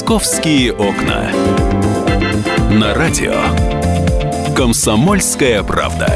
«Московские окна». На радио «Комсомольская правда».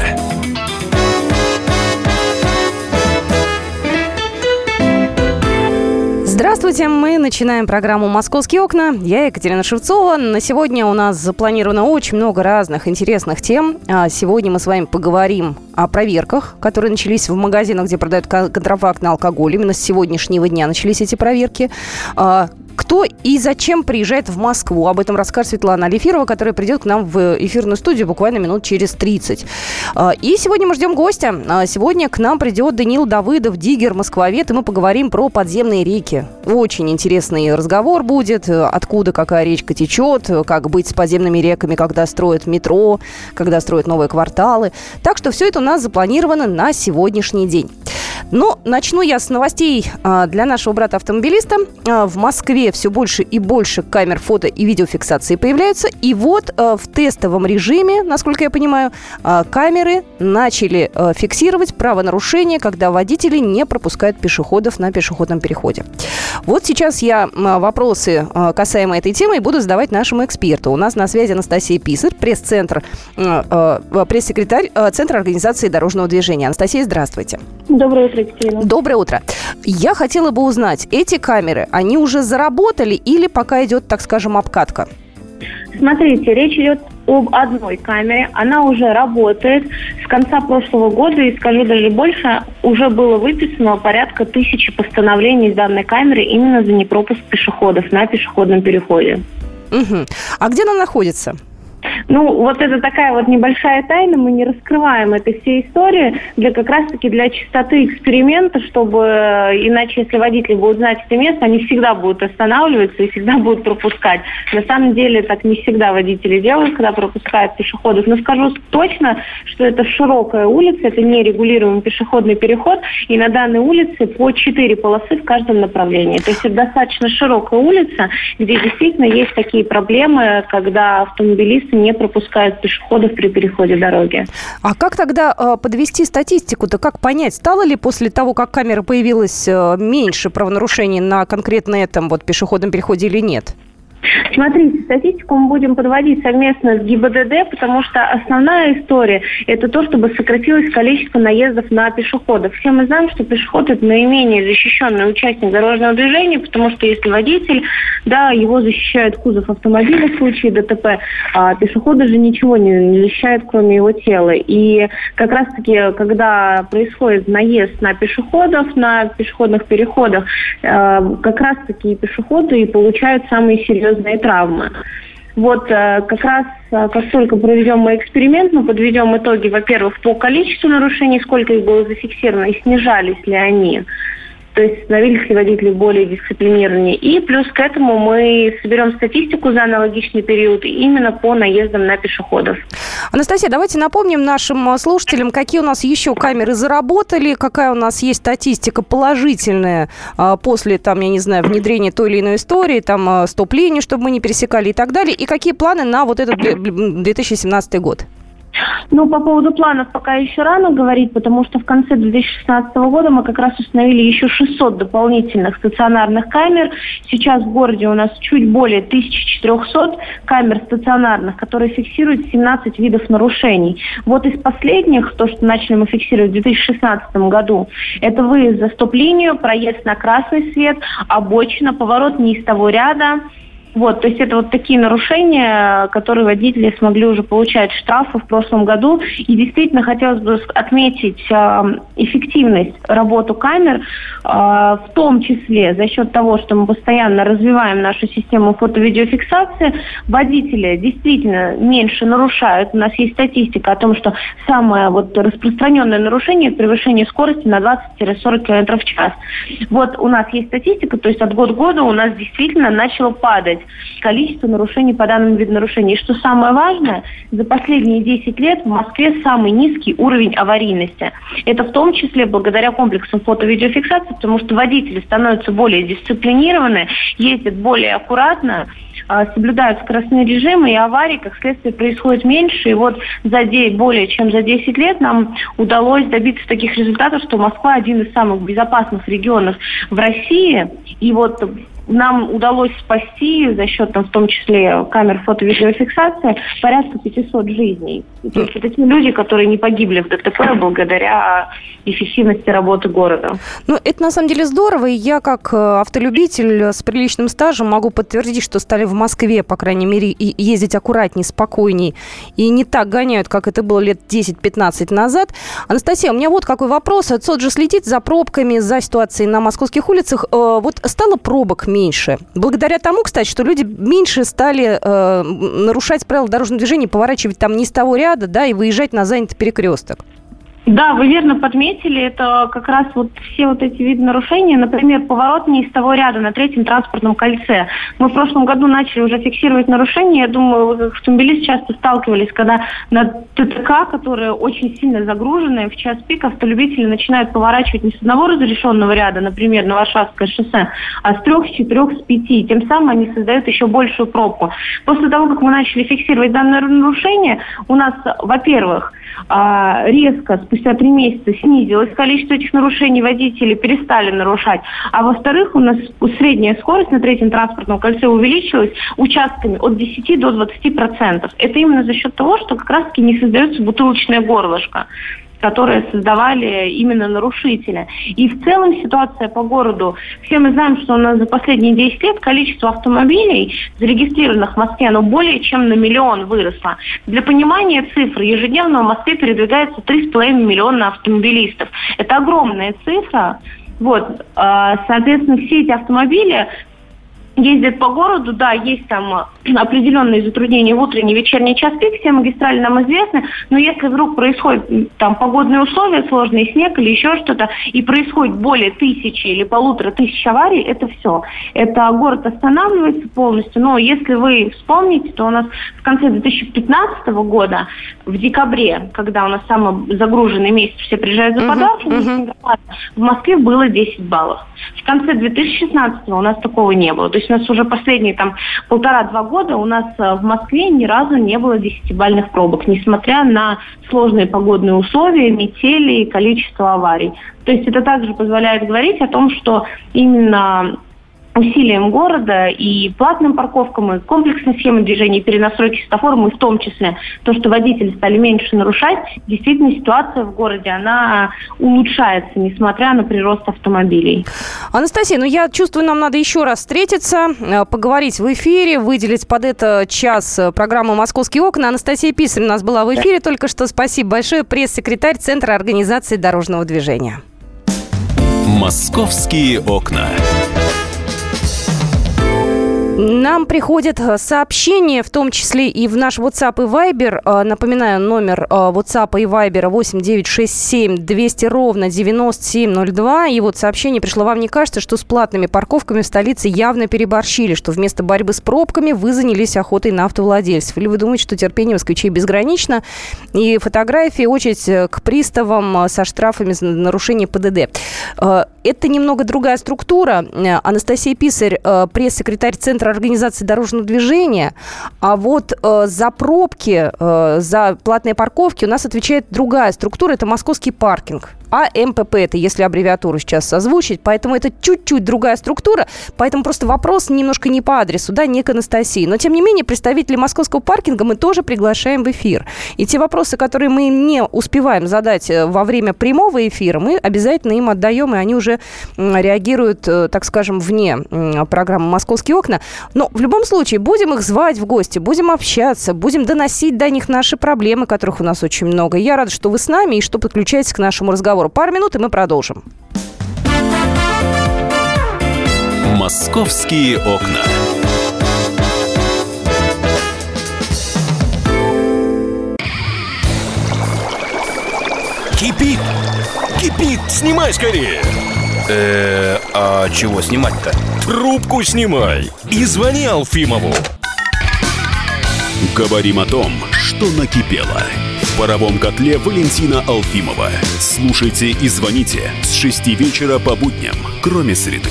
Здравствуйте, мы начинаем программу «Московские окна». Я Екатерина Шевцова. На сегодня у нас запланировано очень много разных интересных тем. Сегодня мы с вами поговорим о проверках, которые начались в магазинах, где продают контрафактный алкоголь. Именно с сегодняшнего дня начались эти проверки. Кто и зачем приезжает в Москву? Об этом расскажет Светлана Алифирова, которая придет к нам в эфирную студию буквально минут через 30. И сегодня мы ждем гостя. Сегодня к нам придет Даниил Давыдов, диггер, москвовед, и мы поговорим про подземные реки. Очень интересный разговор будет. Откуда какая речка течет, как быть с подземными реками, когда строят метро, когда строят новые кварталы. Так что все это у нас запланировано на сегодняшний день. Но начну я с новостей для нашего брата-автомобилиста. В Москве все больше и больше камер фото- и видеофиксации появляются. И вот в тестовом режиме, насколько я понимаю, камеры начали фиксировать правонарушения, когда водители не пропускают пешеходов на пешеходном переходе. Вот сейчас я вопросы касаемо этой темы буду задавать нашему эксперту. У нас на связи Анастасия Писарь, пресс-секретарь Центра организации дорожного движения. Анастасия, здравствуйте. Доброе утро, Екатерина. Доброе утро. Я хотела бы узнать, эти камеры, они уже заработали или пока идет, так скажем, обкатка? Смотрите, речь идет об одной камере. Она уже работает. С конца прошлого года, и скажу даже больше, уже было выписано порядка 1000 постановлений с данной камеры именно за непропуск пешеходов на пешеходном переходе. Угу. А где она находится? Ну, вот это такая вот небольшая тайна, мы не раскрываем этой всей истории как раз-таки для чистоты эксперимента, чтобы иначе, если водители будут знать это место, они всегда будут останавливаться и всегда будут пропускать. На самом деле так не всегда водители делают, когда пропускают пешеходов. Но скажу точно, что это широкая улица, это нерегулируемый пешеходный переход, и на данной улице по 4 полосы в каждом направлении. То есть это достаточно широкая улица, где действительно есть такие проблемы, когда автомобилисты не пропускают пешеходов при переходе дороги. А как тогда подвести статистику-то? Как понять, стало ли после того, как камера появилась, меньше правонарушений на конкретно этом вот пешеходном переходе или нет? Смотрите, статистику мы будем подводить совместно с ГИБДД, потому что основная история – это то, чтобы сократилось количество наездов на пешеходов. Все мы знаем, что пешеход – это наименее защищенный участник дорожного движения, потому что если водитель, да, его защищает кузов автомобиля в случае ДТП, а пешехода же ничего не защищает, кроме его тела. И как раз-таки, когда происходит наезд на пешеходов, на пешеходных переходах, как раз-таки пешеходы и получают самые серьезные травмы. Вот как раз, как только проведем мы эксперимент, мы подведем итоги, во-первых, по количеству нарушений, сколько их было зафиксировано и снижались ли они. То есть становились ли водители более дисциплинированнее. И плюс к этому мы соберем статистику за аналогичный период именно по наездам на пешеходов. Анастасия, давайте напомним нашим слушателям, какие у нас еще камеры заработали, какая у нас есть статистика положительная после, там, я не знаю, внедрения той или иной истории, там, стоп-линии, чтобы мы не пересекали и так далее. И какие планы на вот этот 2017 год? Ну, по поводу планов пока еще рано говорить, потому что в конце 2016 года мы как раз установили еще 600 дополнительных стационарных камер. Сейчас в городе у нас чуть более 1400 камер стационарных, которые фиксируют 17 видов нарушений. Вот из последних, то, что начали мы фиксировать в 2016 году, это выезд за стоп-линию, проезд на красный свет, обочина, поворот не из того ряда. Вот, то есть это вот такие нарушения, которые водители смогли уже получать штрафы в прошлом году. И действительно хотелось бы отметить эффективность работы камер, в том числе за счет того, что мы постоянно развиваем нашу систему фото-видеофиксации. Водители действительно меньше нарушают. У нас есть статистика о том, что самое вот распространенное нарушение – это превышение скорости на 20-40 км в час. Вот у нас есть статистика, то есть от года к году у нас действительно начало падать количество нарушений по данному виду нарушений. И что самое важное, за последние 10 лет в Москве самый низкий уровень аварийности. Это в том числе благодаря комплексам фото-видеофиксации, потому что водители становятся более дисциплинированы, ездят более аккуратно, соблюдают скоростные режимы, и аварий, как следствие, происходит меньше. И вот более чем за 10 лет нам удалось добиться таких результатов, что Москва один из самых безопасных регионов в России. И вот нам удалось спасти за счет, в том числе, камер фото-видеофиксации порядка 500 жизней. То есть это те люди, которые не погибли в ДТП благодаря эффективности работы города. Это на самом деле здорово, и я как автолюбитель с приличным стажем могу подтвердить, что стали в Москве, по крайней мере, и ездить аккуратней, спокойней, и не так гоняют, как это было лет 10-15 назад. Анастасия, у меня вот какой вопрос. ЦОД же следит за пробками, за ситуацией на московских улицах. Вот стало пробок меньше. Благодаря тому, кстати, что люди меньше стали нарушать правила дорожного движения, поворачивать там не с того ряда, да, и выезжать на занятый перекресток. Да, вы верно подметили, это как раз все эти виды нарушений, например, поворот не из того ряда на третьем транспортном кольце. Мы в прошлом году начали уже фиксировать нарушения, я думаю, автомобилисты часто сталкивались, когда на ТТК, которые очень сильно загружены, в час пик автолюбители начинают поворачивать не с одного разрешенного ряда, например, на Варшавское шоссе, а с 3, с 4, с 5. Тем самым они создают еще большую пробку. После того, как мы начали фиксировать данное нарушение, у нас, во-первых, резко спустя 3 месяца снизилось количество этих нарушений, водители перестали нарушать. А во-вторых, у нас средняя скорость на третьем транспортном кольце увеличилась участками от 10 до 20%. Это именно за счет того, что как раз-таки не создается бутылочное горлышко, которые создавали именно нарушители. И в целом ситуация по городу. Все мы знаем, что у нас за последние 10 лет количество автомобилей, зарегистрированных в Москве, оно более чем на 1 миллион выросло. Для понимания цифр, ежедневно в Москве передвигается 3,5 миллиона автомобилистов. Это огромная цифра. Соответственно, все эти автомобили ездят по городу, да, есть там определенные затруднения в утренний, вечерний час пик, все магистрали нам известны, но если вдруг происходят там погодные условия, сложный снег или еще что-то, и происходит более 1000 или 1500 аварий, это все. Это город останавливается полностью, но если вы вспомните, то у нас в конце 2015 года, в декабре, когда у нас самый загруженный месяц, все приезжают за подарками, в Москве было 10 баллов. В конце 2016 у нас такого не было. То есть у нас уже последние 1,5-2 года у нас в Москве ни разу не было 10-бальных пробок, несмотря на сложные погодные условия, метели и количество аварий. То есть это также позволяет говорить о том, что именно усилием города и платным парковкам, и комплексной схемой движения, и перенастройки светофором, и в том числе то, что водители стали меньше нарушать, действительно ситуация в городе, она улучшается, несмотря на прирост автомобилей. Анастасия, я чувствую, нам надо еще раз встретиться, поговорить в эфире, выделить под это час программу «Московские окна». Анастасия Писарь у нас была в эфире только что. Спасибо большое. Пресс-секретарь Центра организации дорожного движения. «Московские окна». Нам приходят сообщения, в том числе и в наш WhatsApp и Viber. Напоминаю, номер WhatsApp и Viber 8-967-200-97-02. И сообщение пришло: вам не кажется, что с платными парковками в столице явно переборщили, что вместо борьбы с пробками вы занялись охотой на автовладельцев? Или вы думаете, что терпение москвичей безгранично? И фотографии, очередь к приставам со штрафами за нарушение ПДД. Это немного другая структура. Анастасия Писарь, пресс-секретарь Центра организации дорожного движения, а за пробки, за платные парковки у нас отвечает другая структура, это московский паркинг. АМПП, это если аббревиатуру сейчас озвучить, поэтому это чуть-чуть другая структура, поэтому просто вопрос немножко не по адресу, да, не к Анастасии. Но, тем не менее, представителей московского паркинга мы тоже приглашаем в эфир. И те вопросы, которые мы не успеваем задать во время прямого эфира, мы обязательно им отдаем, и они уже реагируют, так скажем, вне программы «Московские окна». Но в любом случае будем их звать в гости, будем общаться, будем доносить до них наши проблемы, которых у нас очень много. Я рада, что вы с нами и что подключаетесь к нашему разговору. Пару минут, и мы продолжим. «Московские окна». Кипит! Кипит! Снимай скорее! А чего снимать-то? Трубку снимай и звони Алфимову. Говорим о том, что накипело. В паровом котле Валентина Алфимова. Слушайте и звоните с 6 вечера по будням, кроме среды.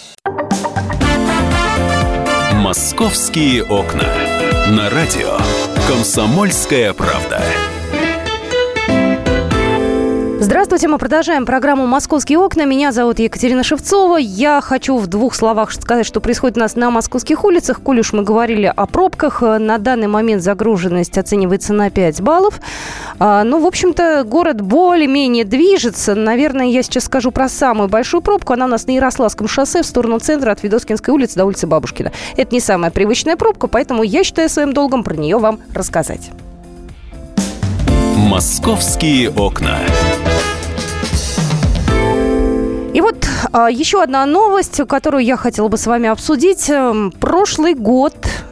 «Московские окна». На радио «Комсомольская правда». Здравствуйте, мы продолжаем программу «Московские окна». Меня зовут Екатерина Шевцова. Я хочу в двух словах сказать, что происходит у нас на московских улицах. Коль уж мы говорили о пробках, на данный момент загруженность оценивается на 5 баллов. Ну, в общем-то, город более-менее движется. Наверное, я сейчас скажу про самую большую пробку. Она у нас на Ярославском шоссе в сторону центра от Федоскинской улицы до улицы Бабушкина. Это не самая привычная пробка, поэтому я считаю своим долгом про нее вам рассказать. «Московские окна». И вот еще одна новость, которую я хотела бы с вами обсудить. Прошлый год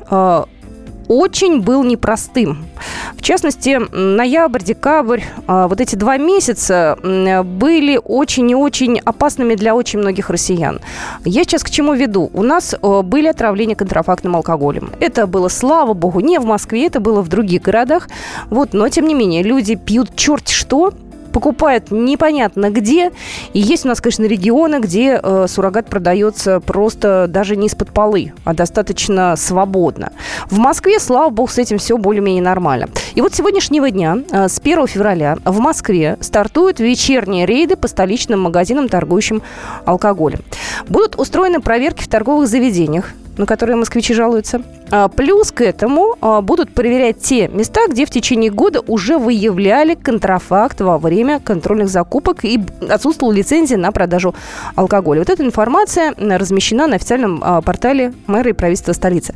очень был непростым. В частности, ноябрь, декабрь, вот эти 2 месяца были очень и очень опасными для очень многих россиян. Я сейчас к чему веду? У нас были отравления контрафактным алкоголем. Это было, слава богу, не в Москве, это было в других городах. Вот, но, тем не менее, люди пьют черти что, покупают непонятно где. И есть у нас, конечно, регионы, где суррогат продается просто даже не из-под полы, а достаточно свободно. В Москве, слава богу, с этим все более-менее нормально. И вот с сегодняшнего дня, с 1 февраля, в Москве стартуют вечерние рейды по столичным магазинам, торгующим алкоголем. Будут устроены проверки в торговых заведениях, на которые москвичи жалуются. Плюс к этому будут проверять те места, где в течение года уже выявляли контрафакт во время контрольных закупок и отсутствовала лицензия на продажу алкоголя. Вот эта информация размещена на официальном портале мэра и правительства столицы.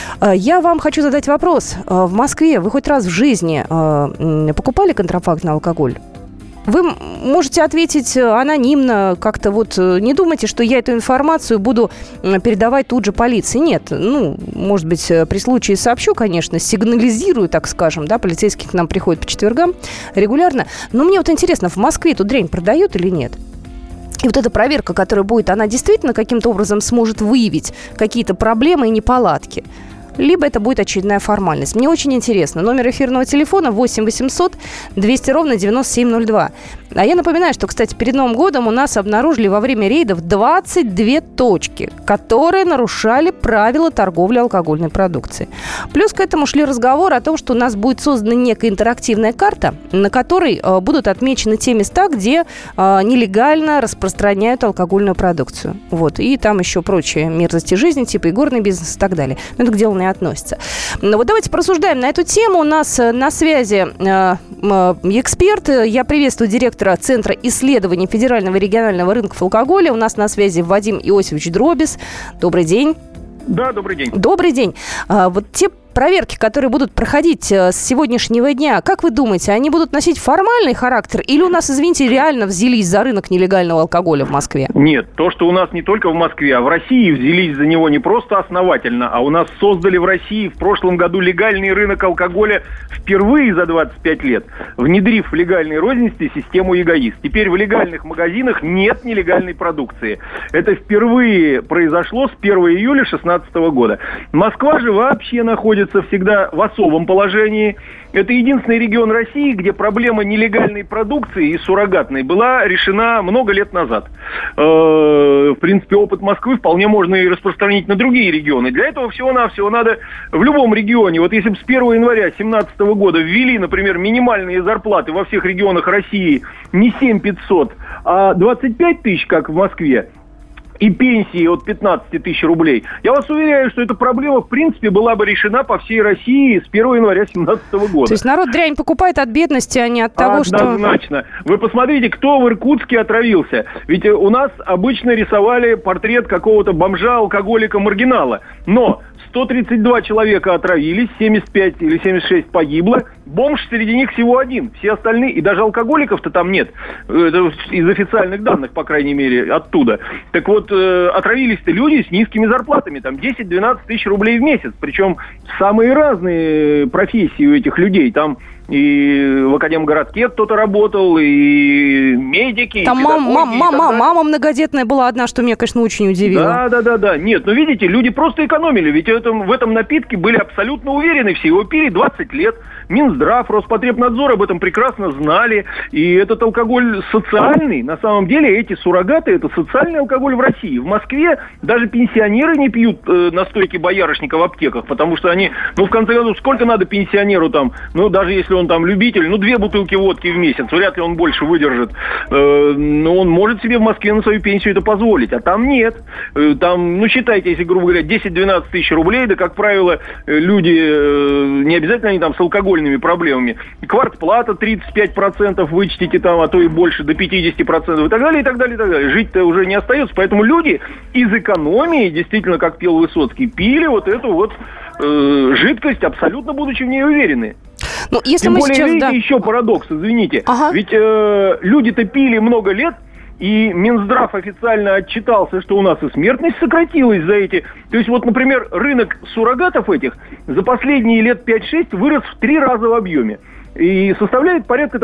Я вам хочу задать вопрос. В Москве вы хоть раз в жизни покупали контрафактный алкоголь? Вы можете ответить анонимно, как-то вот не думайте, что я эту информацию буду передавать тут же полиции. Нет, ну, может быть, при случае сообщу, конечно, сигнализирую, так скажем, да, полицейские к нам приходят по четвергам регулярно. Но мне вот интересно, в Москве эту дрянь продают или нет? И вот эта проверка, которая будет, она действительно каким-то образом сможет выявить какие-то проблемы и неполадки? Либо это будет очередная формальность. Мне очень интересно. Номер эфирного телефона 8 800 200 ровно 9702. А я напоминаю, что, кстати, перед Новым годом у нас обнаружили во время рейдов 22 точки, которые нарушали правила торговли алкогольной продукцией. Плюс к этому шли разговоры о том, что у нас будет создана некая интерактивная карта, на которой будут отмечены те места, где нелегально распространяют алкогольную продукцию. Вот. И там еще прочие мерзости жизни, типа игорный бизнес и так далее. Но это к делу не относится. Но вот давайте порассуждаем на эту тему. У нас на связи эксперт. Я приветствую директора Центра исследований федерального и регионального рынков алкоголя. У нас на связи Вадим Иосифович Дробис. Добрый день. Да, добрый день. Добрый день. Вот те проверки, которые будут проходить с сегодняшнего дня, как вы думаете, они будут носить формальный характер или у нас, извините, реально взялись за рынок нелегального алкоголя в Москве? Нет, то, что у нас не только в Москве, а в России взялись за него не просто основательно, а у нас создали в России в прошлом году легальный рынок алкоголя впервые за 25 лет, внедрив в легальной рознице систему ЕГАИС. Теперь в легальных магазинах нет нелегальной продукции. Это впервые произошло с 1 июля 2016 года. Москва же вообще находится всегда в особом положении. Это единственный регион России, где проблема нелегальной продукции и суррогатной была решена много лет назад. В принципе, опыт Москвы вполне можно и распространить на другие регионы. Для этого всего-навсего надо в любом регионе, вот если бы с 1 января 2017 года ввели, например, минимальные зарплаты во всех регионах России не 7500, а 25 тысяч, как в Москве, и пенсии от 15 тысяч рублей, я вас уверяю, что эта проблема, в принципе, была бы решена по всей России с 1 января 2017 года. То есть народ дрянь покупает от бедности, а не от того, что... Однозначно. Вы посмотрите, кто в Иркутске отравился. Ведь у нас обычно рисовали портрет какого-то бомжа-алкоголика-маргинала. Но 132 человека отравились, 75 или 76 погибло. Бомж среди них всего один. Все остальные, и даже алкоголиков-то там нет. Это из официальных данных, по крайней мере, оттуда. Так вот, отравились-то люди с низкими зарплатами. Там 10-12 тысяч рублей в месяц. Причем самые разные профессии у этих людей. Там и в Академгородке кто-то работал, и медики, там и педагоги. Мама многодетная была одна, что меня, конечно, очень удивило. Да. Нет, ну видите, люди просто экономили. Ведь в этом напитке были абсолютно уверены все. Его пили 20 лет. Минздрав, Роспотребнадзор об этом прекрасно знали. И этот алкоголь социальный. На самом деле эти суррогаты – это социальный алкоголь в России. В Москве даже пенсионеры не пьют настойки боярышника в аптеках, потому что они, в конце концов, сколько надо пенсионеру там, даже если он там любитель, 2 бутылки водки в месяц, вряд ли он больше выдержит. Но он может себе в Москве на свою пенсию это позволить, а там нет. Там, считайте, если, грубо говоря, 10-12 тысяч рублей, да, как правило, люди, не обязательно они там с алкогольными проблемами, квартплата 35% вычтите там, а то и больше, до 50% и так далее, и так далее, и так далее. Жить-то уже не остается, поэтому люди из экономии, действительно, как пел Высоцкий, пили вот эту вот жидкость, абсолютно будучи в ней уверены. Если Тем мы более, сейчас, видите, еще парадокс, извините. Ага. Ведь люди-то пили много лет, и Минздрав официально отчитался, что у нас и смертность сократилась за эти... То есть, например, рынок суррогатов этих за последние лет 5-6 вырос в 3 раза в объеме. И составляет порядка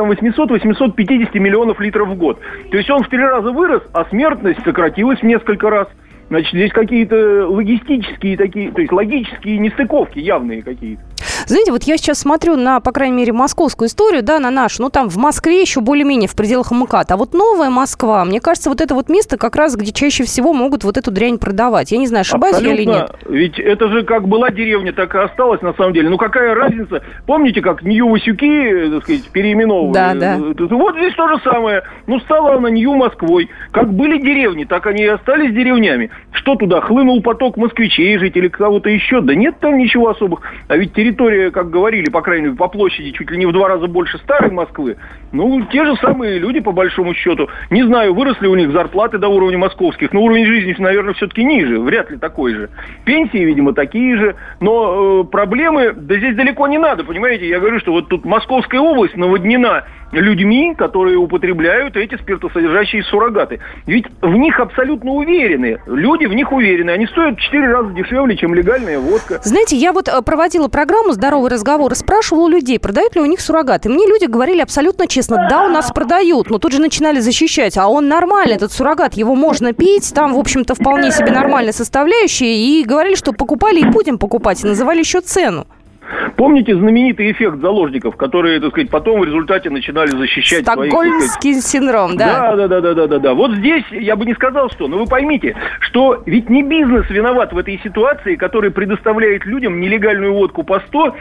800-850 миллионов литров в год. То есть он в 3 раза вырос, а смертность сократилась в несколько раз. Значит, здесь какие-то логистические такие, то есть логические нестыковки явные какие-то. Знаете, я сейчас смотрю на, по крайней мере, московскую историю, да, на нашу. Там в Москве еще более-менее в пределах МКАД. А новая Москва, мне кажется, это место как раз, где чаще всего могут эту дрянь продавать. Я не знаю, ошибаюсь я или нет. Ведь это же как была деревня, так и осталась на самом деле. Какая разница? Помните, как Нью-Васюки, так сказать, переименовывали? Да. Вот здесь то же самое. Стала она Нью-Москвой. Как были деревни, так они и остались деревнями. Что туда? Хлынул поток москвичей, жителей кого-то еще? Да нет там ничего особых. А ведь территория, как говорили, по крайней мере, по площади чуть ли не в 2 раза больше старой Москвы. Те же самые люди, по большому счету. Не знаю, выросли у них зарплаты до уровня московских, но уровень жизни, наверное, все-таки ниже. Вряд ли такой же. Пенсии, видимо, такие же. Но проблемы, здесь далеко не надо, понимаете? Я говорю, что тут Московская область наводнена людьми, которые употребляют эти спиртосодержащие суррогаты. Ведь в них абсолютно уверены. Люди в них уверены. Они стоят в 4 раза дешевле, чем легальная водка. Знаете, я проводила программу «Здоровый разговор» и спрашивала у людей, продают ли у них суррогаты. Мне люди говорили абсолютно честно: да, у нас продают. Но тут же начинали защищать. А он нормальный, этот суррогат, его можно пить. Там, в общем-то, вполне себе нормальная составляющая. И говорили, что покупали и будем покупать. И называли еще цену. Помните знаменитый эффект заложников, которые, так сказать, потом в результате начинали защищать своих... Стокгольмский синдром, да. Да. Вот здесь я бы не сказал, что... Но вы поймите, что ведь не бизнес виноват в этой ситуации, который предоставляет людям нелегальную водку по 100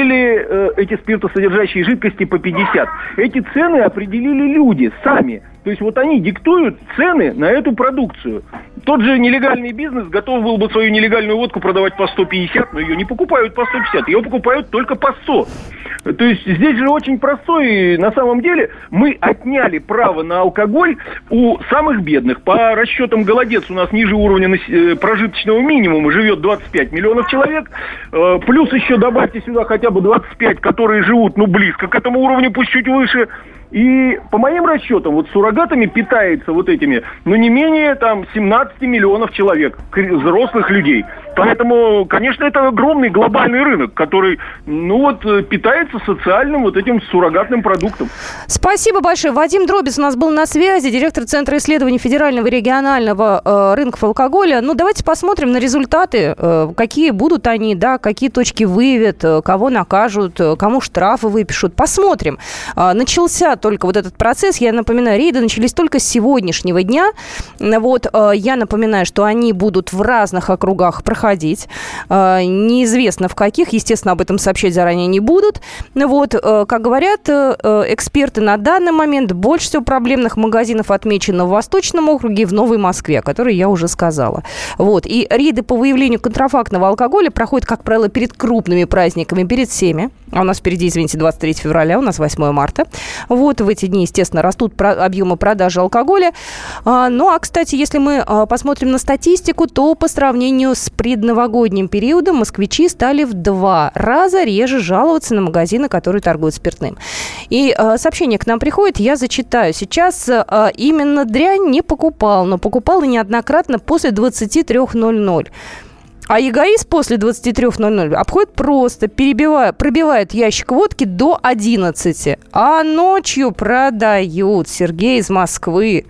или эти спиртосодержащие жидкости по 50. Эти цены определили люди сами. То есть они диктуют цены на эту продукцию. Тот же нелегальный бизнес готов был бы свою нелегальную водку продавать по 150, но ее не покупают по 150, ее покупают только по 100. То есть здесь же очень простой, на самом деле, мы отняли право на алкоголь у самых бедных. По расчетам «Голодец» у нас ниже уровня прожиточного минимума живет 25 миллионов человек. Плюс еще добавьте сюда хотя бы 25, которые живут, близко к этому уровню, пусть чуть выше. И по моим расчетам, суррогатами питается этими, не менее 17 миллионов человек, взрослых людей. Поэтому, конечно, это огромный глобальный рынок, который, питается социальным этим суррогатным продуктом. Спасибо большое. Вадим Дробис у нас был на связи, директор Центра исследований федерального и регионального рынков алкоголя. Давайте посмотрим на результаты, какие будут они, да, какие точки выявят, кого накажут, кому штрафы выпишут. Посмотрим. Начался только этот процесс. Я напоминаю, рейды начались только с сегодняшнего дня. Я напоминаю, что они будут в разных округах проходить. Неизвестно в каких. Естественно, об этом сообщать заранее не будут. Как говорят эксперты, на данный момент больше всего проблемных магазинов отмечено в Восточном округе и в Новой Москве, о которой я уже сказала. И рейды по выявлению контрафактного алкоголя проходят, как правило, перед крупными праздниками, перед всеми. А у нас впереди, 23 февраля, у нас 8 марта. В эти дни, естественно, растут объемы продажи алкоголя. Кстати, если мы посмотрим на статистику, то по сравнению с предновогодним периодом москвичи стали в 2 раза реже жаловаться на магазины, которые торгуют спиртным. И сообщение к нам приходит, я зачитаю. Сейчас именно дрянь не покупал, но покупал и неоднократно после 23:00. А эгоист после 23:00 обходит просто, пробивает ящик водки до 11. А ночью продают. Сергей из Москвы.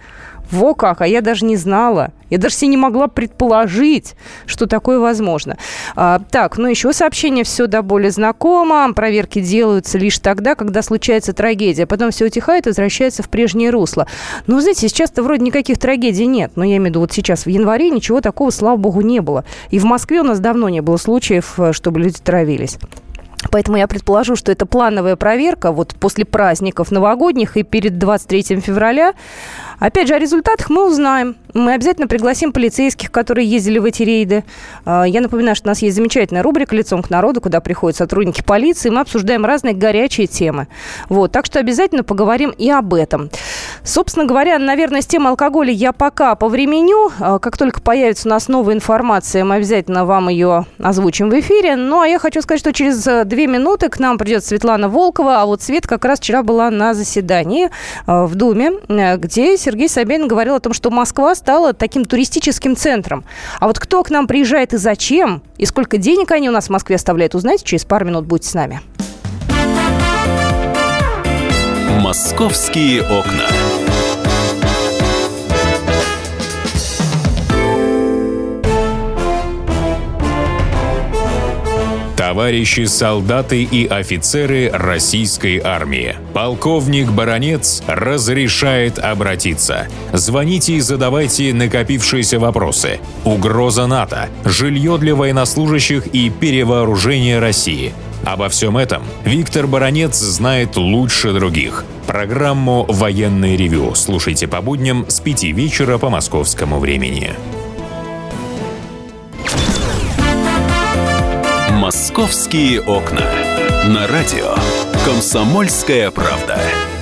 Во как, а я даже не знала. Я даже себе не могла предположить, что такое возможно. Так, еще сообщение все до боли знакомо. Проверки делаются лишь тогда, когда случается трагедия. Потом все утихает и возвращается в прежнее русло. Ну, знаете, сейчас-то вроде никаких трагедий нет. Но я имею в виду, вот сейчас в январе ничего такого, слава богу, не было. И в Москве у нас давно не было случаев, чтобы люди травились. Поэтому я предположу, что это плановая проверка вот после праздников новогодних и перед 23 февраля. Опять же, о результатах мы узнаем. Мы обязательно пригласим полицейских, которые ездили в эти рейды. Я напоминаю, что у нас есть замечательная рубрика «Лицом к народу», куда приходят сотрудники полиции. Мы обсуждаем разные горячие темы. Вот, так что обязательно поговорим и об этом. Собственно говоря, наверное, с темой алкоголя я пока повременю. Как только появится у нас новая информация, мы обязательно вам ее озвучим в эфире. Ну, а я хочу сказать, что через 2 минуты к нам придет Светлана Волкова. А вот Свет как раз вчера была на заседании в Думе, где Сергей Собянин говорил о том, что Москва стала таким туристическим центром. А вот кто к нам приезжает и зачем, и сколько денег они у нас в Москве оставляют, узнаете через пару минут. Будьте с нами. «Московские окна». Товарищи солдаты и офицеры российской армии. Полковник Баранец разрешает обратиться. Звоните и задавайте накопившиеся вопросы. Угроза НАТО, жилье для военнослужащих и перевооружение России. Обо всем этом Виктор Баранец знает лучше других. Программу «Военное ревю» слушайте по будням с 5 вечера по московскому времени. «Московские окна». На радио «Комсомольская правда».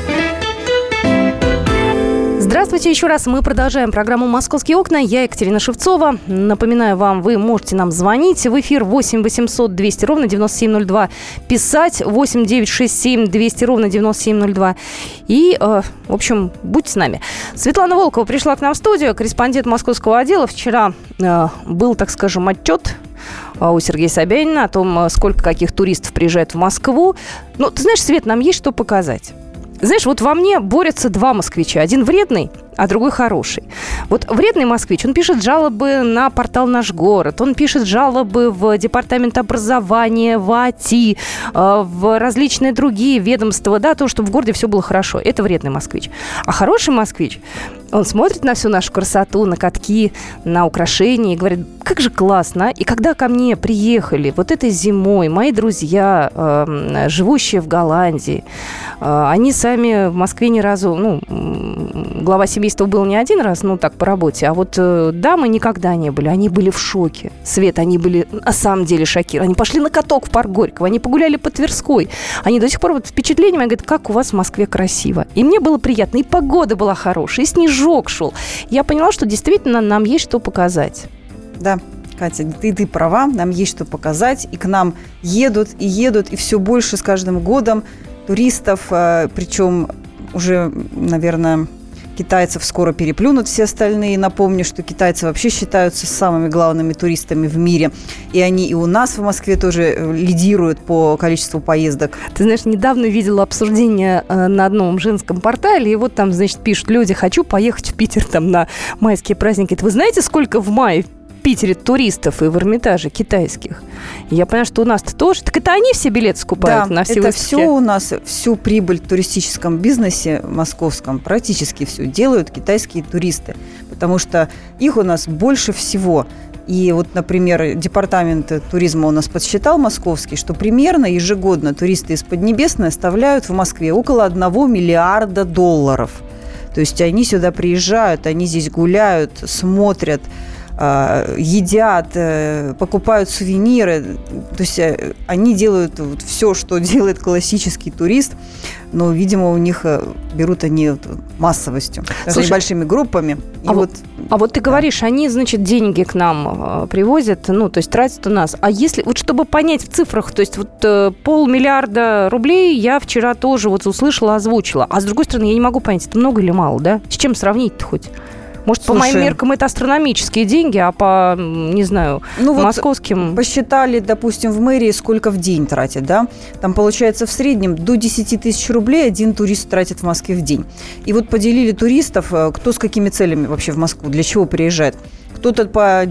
Здравствуйте еще раз. Мы продолжаем программу «Московские окна». Я Екатерина Шевцова. Напоминаю вам, вы можете нам звонить в эфир 8 800 200 ровно 9702, писать 8 967 200 ровно 9702. И, в общем, будьте с нами. Светлана Волкова пришла к нам в студию, корреспондент московского отдела. Вчера был, так скажем, отчет у Сергея Собянина о том, сколько каких туристов приезжает в Москву. Ну, ты знаешь, Свет, нам есть что показать. Знаешь, вот во мне борются 2 москвича. Один вредный, а другой хороший. Вот вредный москвич, он пишет жалобы на портал «Наш город», он пишет жалобы в департамент образования, в АТИ, в различные другие ведомства, да, то, чтобы в городе все было хорошо. Это вредный москвич. А хороший москвич, он смотрит на всю нашу красоту, на катки, на украшения и говорит, как же классно. И когда ко мне приехали вот этой зимой мои друзья, живущие в Голландии, они сами в Москве ни разу, глава семейства был не один раз, так, по работе, а вот дамы никогда не были. Они были в шоке. Свет, они были на самом деле шокированы. Они пошли на каток в парк Горького, они погуляли по Тверской. Они до сих пор вот впечатлением говорят, как у вас в Москве красиво. И мне было приятно, и погода была хорошая, и снежок шел. Я поняла, что действительно нам есть что показать. Да, Катя, ты права, нам есть что показать, и к нам едут, и все больше с каждым годом туристов, причем уже, наверное, китайцев скоро переплюнут все остальные. Напомню, что китайцы вообще считаются самыми главными туристами в мире, и они и у нас в Москве тоже лидируют по количеству поездок. Ты знаешь, недавно видела обсуждение на одном женском портале, и вот там, значит, пишут люди, хочу поехать в Питер там на майские праздники. Вы знаете, сколько в мае в Питере туристов и в Эрмитаже китайских? И я понимаю, что у нас-то тоже. Так это они все билеты скупают, да, на все выставки? Да, это все у нас, всю прибыль в туристическом бизнесе московском, практически все делают китайские туристы, потому что их у нас больше всего. И вот, например, департамент туризма у нас подсчитал московский, что примерно ежегодно туристы из Поднебесной оставляют в Москве около $1 миллиарда. То есть они сюда приезжают, они здесь гуляют, смотрят, едят, покупают сувениры. То есть они делают все, что делает классический турист, но, видимо, у них берут они массовостью, даже небольшими группами. А вот ты говоришь, они, значит, деньги к нам привозят, то есть тратят у нас. А если, вот чтобы понять в цифрах, то есть вот $500 миллиарда рублей я вчера тоже вот услышала, озвучила. А с другой стороны, я не могу понять, это много или мало, да? С чем сравнить-то хоть? Может, по моим меркам это астрономические деньги, а по, не знаю, московским... Вот посчитали, допустим, в мэрии, сколько в день тратят, да? Там, получается, в среднем до 10 тысяч рублей один турист тратит в Москве в день. И вот поделили туристов, кто с какими целями вообще в Москву, для чего приезжает. Кто-то по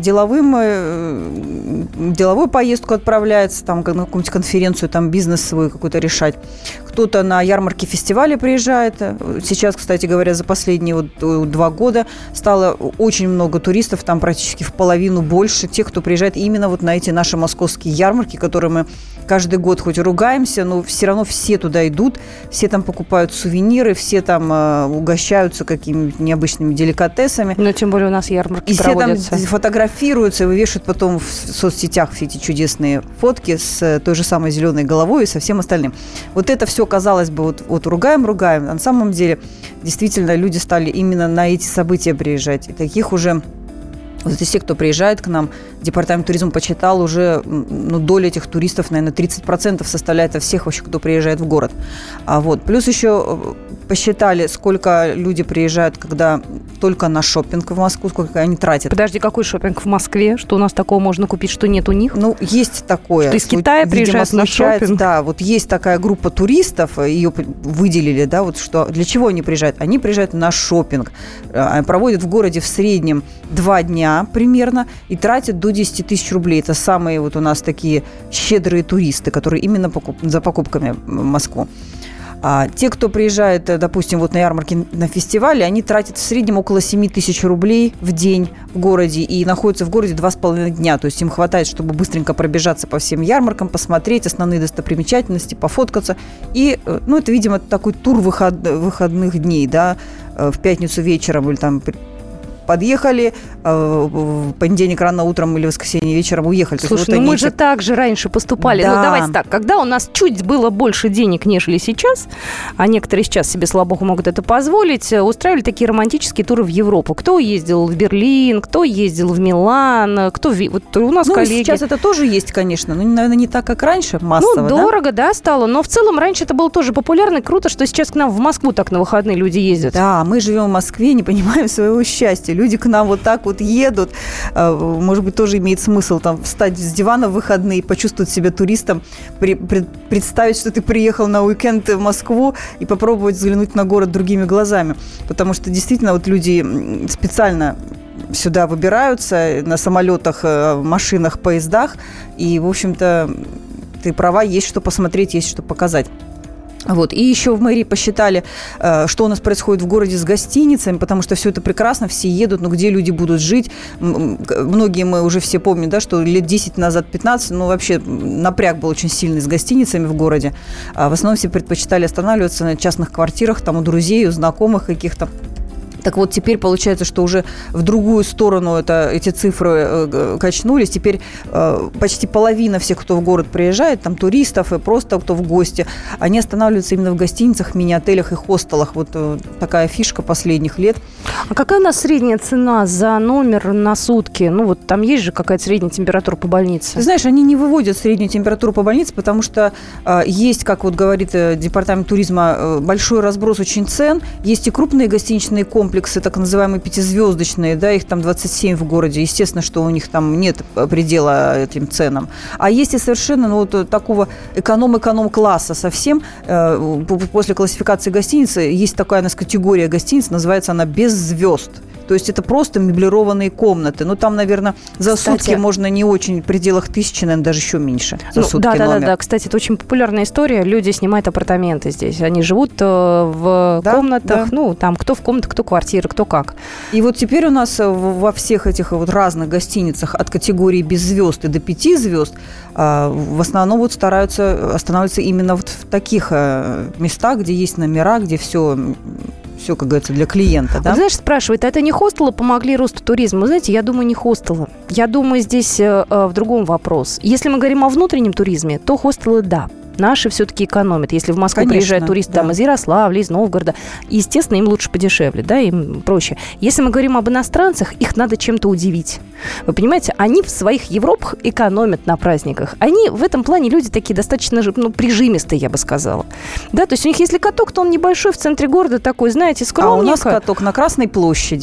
деловую поездку отправляется, там, на какую-нибудь конференцию, там, бизнес свой какой-то решать. Кто-то на ярмарки, фестивали приезжает. Сейчас, кстати говоря, за последние 2 года стало очень много туристов, там практически в половину больше тех, кто приезжает именно вот на эти наши московские ярмарки, которые мы каждый год хоть и ругаемся, но все равно все туда идут, все там покупают сувениры, все там угощаются какими-нибудь необычными деликатесами. Но тем более у нас ярмарки И проводятся. все там фотографируются и вывешивают потом в соцсетях все эти чудесные фотки с той же самой зеленой головой и со всем остальным. Вот это все, казалось бы, вот ругаем, а на самом деле действительно люди стали именно на эти события приезжать. И таких уже... Вот из тех, кто приезжает к нам, департамент туризма посчитал уже, доля этих туристов, наверное, 30% составляет от всех вообще, кто приезжает в город. Плюс еще посчитали, сколько люди приезжают, когда только на шопинг в Москву, сколько они тратят. Подожди, какой шопинг в Москве? Что у нас такого можно купить, что нет у них? Есть такое. Что из Китая приезжают на шопинг? Да, вот есть такая группа туристов, ее выделили, да, вот что, для чего они приезжают? Они приезжают на шопинг, проводят в городе в среднем 2 дня примерно и тратят до 10 тысяч рублей. Это самые вот у нас такие щедрые туристы, которые именно за покупками в Москву. А те, кто приезжает, допустим, вот на ярмарки, на фестивале, они тратят в среднем около 7 тысяч рублей в день в городе и находятся в городе 2,5 дня. То есть им хватает, чтобы быстренько пробежаться по всем ярмаркам, посмотреть основные достопримечательности, пофоткаться. И, это, видимо, такой тур выходных дней, да, в пятницу вечером или там... подъехали, в понедельник рано утром или в воскресенье вечером уехали. Слушай, мы же так же раньше поступали. Да. Давайте так, когда у нас чуть было больше денег, нежели сейчас, а некоторые сейчас себе, слава богу, могут это позволить, устраивали такие романтические туры в Европу. Кто ездил в Берлин, кто ездил в Милан, кто... Вот у нас коллеги... сейчас это тоже есть, конечно, но, наверное, не так, как раньше, массово, дорого, да, стало, но в целом раньше это было тоже популярно и круто, что сейчас к нам в Москву так на выходные люди ездят. Да, мы живем в Москве, не понимаем своего счастья. Люди к нам вот так вот едут. Может быть, тоже имеет смысл там встать с дивана в выходные, почувствовать себя туристом, представить, что ты приехал на уикенд в Москву и попробовать взглянуть на город другими глазами. Потому что действительно вот люди специально сюда выбираются на самолетах, машинах, поездах. И, в общем-то, ты права, есть что посмотреть, есть что показать. И еще в мэрии посчитали, что у нас происходит в городе с гостиницами, потому что все это прекрасно, все едут, но где люди будут жить? Многие мы уже все помним, да, что лет 10 назад, 15, вообще напряг был очень сильный с гостиницами в городе. В основном все предпочитали останавливаться на частных квартирах, там у друзей, у знакомых каких-то. Так вот, теперь получается, что уже в другую сторону эти цифры качнулись. Теперь почти половина всех, кто в город приезжает, там туристов и просто кто в гости, они останавливаются именно в гостиницах, мини-отелях и хостелах. Вот такая фишка последних лет. А какая у нас средняя цена за номер на сутки? Там есть же какая-то средняя температура по больнице? Ты знаешь, они не выводят среднюю температуру по больнице, потому что есть, как вот говорит департамент туризма, большой разброс очень цен. Есть и крупные гостиничные комплексы, так называемые пятизвездочные, да, их там 27 в городе. Естественно, что у них там нет предела этим ценам. А есть и совершенно такого эконом-класса совсем. После классификации гостиницы есть такая у нас категория гостиниц, называется она «без звезд». То есть это просто меблированные комнаты. Там, наверное, за сутки можно не очень в пределах 1000, наверное, даже еще меньше. За сутки номер. Да. Кстати, это очень популярная история. Люди снимают апартаменты здесь. Они живут в комнатах. Да. Там кто в комнатах, кто квартира, кто как. И вот теперь у нас во всех этих разных гостиницах от категории без звезд и до 5 звезд в основном стараются останавливаться именно в таких местах, где есть номера, где все, как говорится, для клиента. Да? Знаешь, спрашивают, а это не хостелы помогли росту туризма? Вы знаете, я думаю, не хостелы. Я думаю, здесь в другом вопрос. Если мы говорим о внутреннем туризме, то хостелы – да. Наши все-таки экономят. Если в Москву приезжают туристы из Ярославля, из Новгорода, естественно, им лучше подешевле, да, им проще. Если мы говорим об иностранцах, их надо чем-то удивить. Вы понимаете, они в своих Европах экономят на праздниках. Они в этом плане люди такие достаточно прижимистые, я бы сказала. Да, то есть у них, если каток, то он небольшой, в центре города такой, знаете, скромненько. А у нас каток на Красной площади.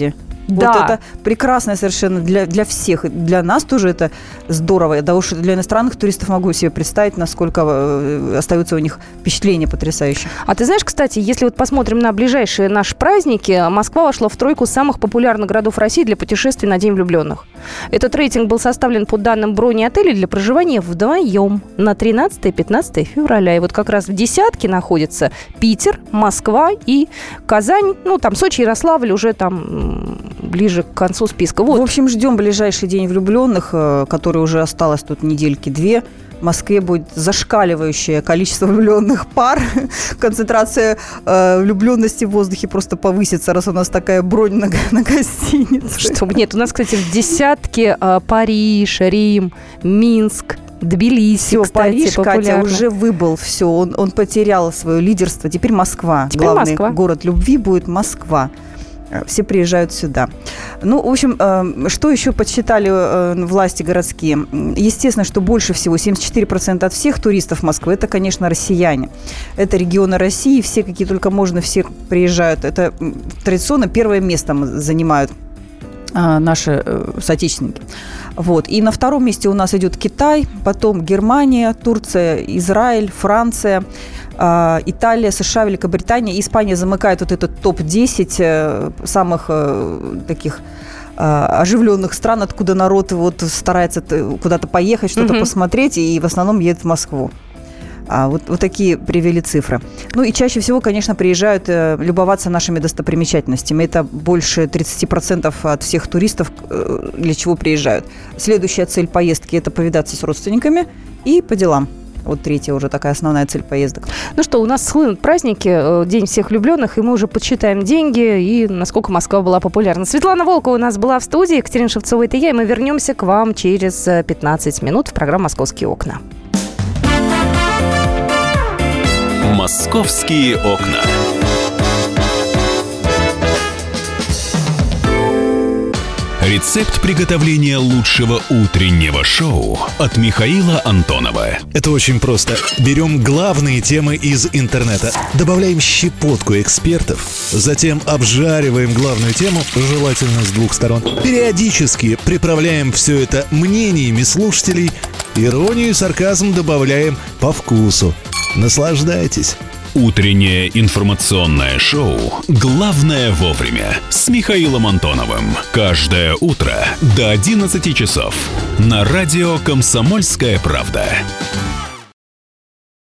Да. Вот это прекрасно совершенно для всех. Для нас тоже это здорово. Да уж для иностранных туристов могу себе представить, насколько остаются у них впечатления потрясающие. А ты знаешь, кстати, если вот посмотрим на ближайшие наши праздники, Москва вошла в тройку самых популярных городов России для путешествий на День влюбленных. Этот рейтинг был составлен по данным брони отелей для проживания вдвоем на 13 и 15 февраля. И вот как раз в десятке находятся Питер, Москва и Казань. Ну, там Сочи, Ярославль уже там ближе к концу списка. Вот. В общем, ждем ближайший День влюбленных, который уже осталось тут недельки-две. В Москве будет зашкаливающее количество влюбленных пар. Концентрация влюбленности в воздухе просто повысится, раз у нас такая бронь на гостиницу. Чтобы нет, у нас, кстати, в десятке Париж, Рим, Минск, Тбилиси, все, кстати, Париж, популярно. Катя, уже выбыл все. Он потерял свое лидерство. Теперь Москва. Теперь Главный Москва. город любви будет Москва. Все приезжают сюда. Ну, в общем, что еще подсчитали власти городские? Естественно, что больше всего, 74% от всех туристов Москвы, это, конечно, россияне. Это регионы России, все, какие только можно, все приезжают. Это традиционно первое место занимают наши соотечественники. Вот. И на втором месте у нас идет Китай, потом Германия, Турция, Израиль, Франция, Италия, США, Великобритания. Испания замыкает вот этот топ-10 самых таких оживленных стран, откуда народ вот старается куда-то поехать, что-то посмотреть, и в основном едет в Москву. Вот такие привели цифры. Ну и чаще всего, конечно, приезжают любоваться нашими достопримечательностями. Это больше 30% от всех туристов, для чего приезжают. Следующая цель поездки – это повидаться с родственниками и по делам. Вот третья уже такая основная цель поездок. Ну что, у нас схлынут праздники, День всех влюбленных, и мы уже подсчитаем деньги и насколько Москва была популярна. Светлана Волкова у нас была в студии, Екатерина Шевцова, это я, и мы вернемся к вам через 15 минут в программу «Московские окна». «Московские окна». Рецепт приготовления лучшего утреннего шоу от Михаила Антонова. Это очень просто. Берем главные темы из интернета, добавляем щепотку экспертов, затем обжариваем главную тему, желательно с двух сторон. Периодически приправляем все это мнениями слушателей, иронию и сарказм добавляем по вкусу. Наслаждайтесь. Утреннее информационное шоу «Главное вовремя» с Михаилом Антоновым. Каждое утро до 11 часов на радио «Комсомольская правда».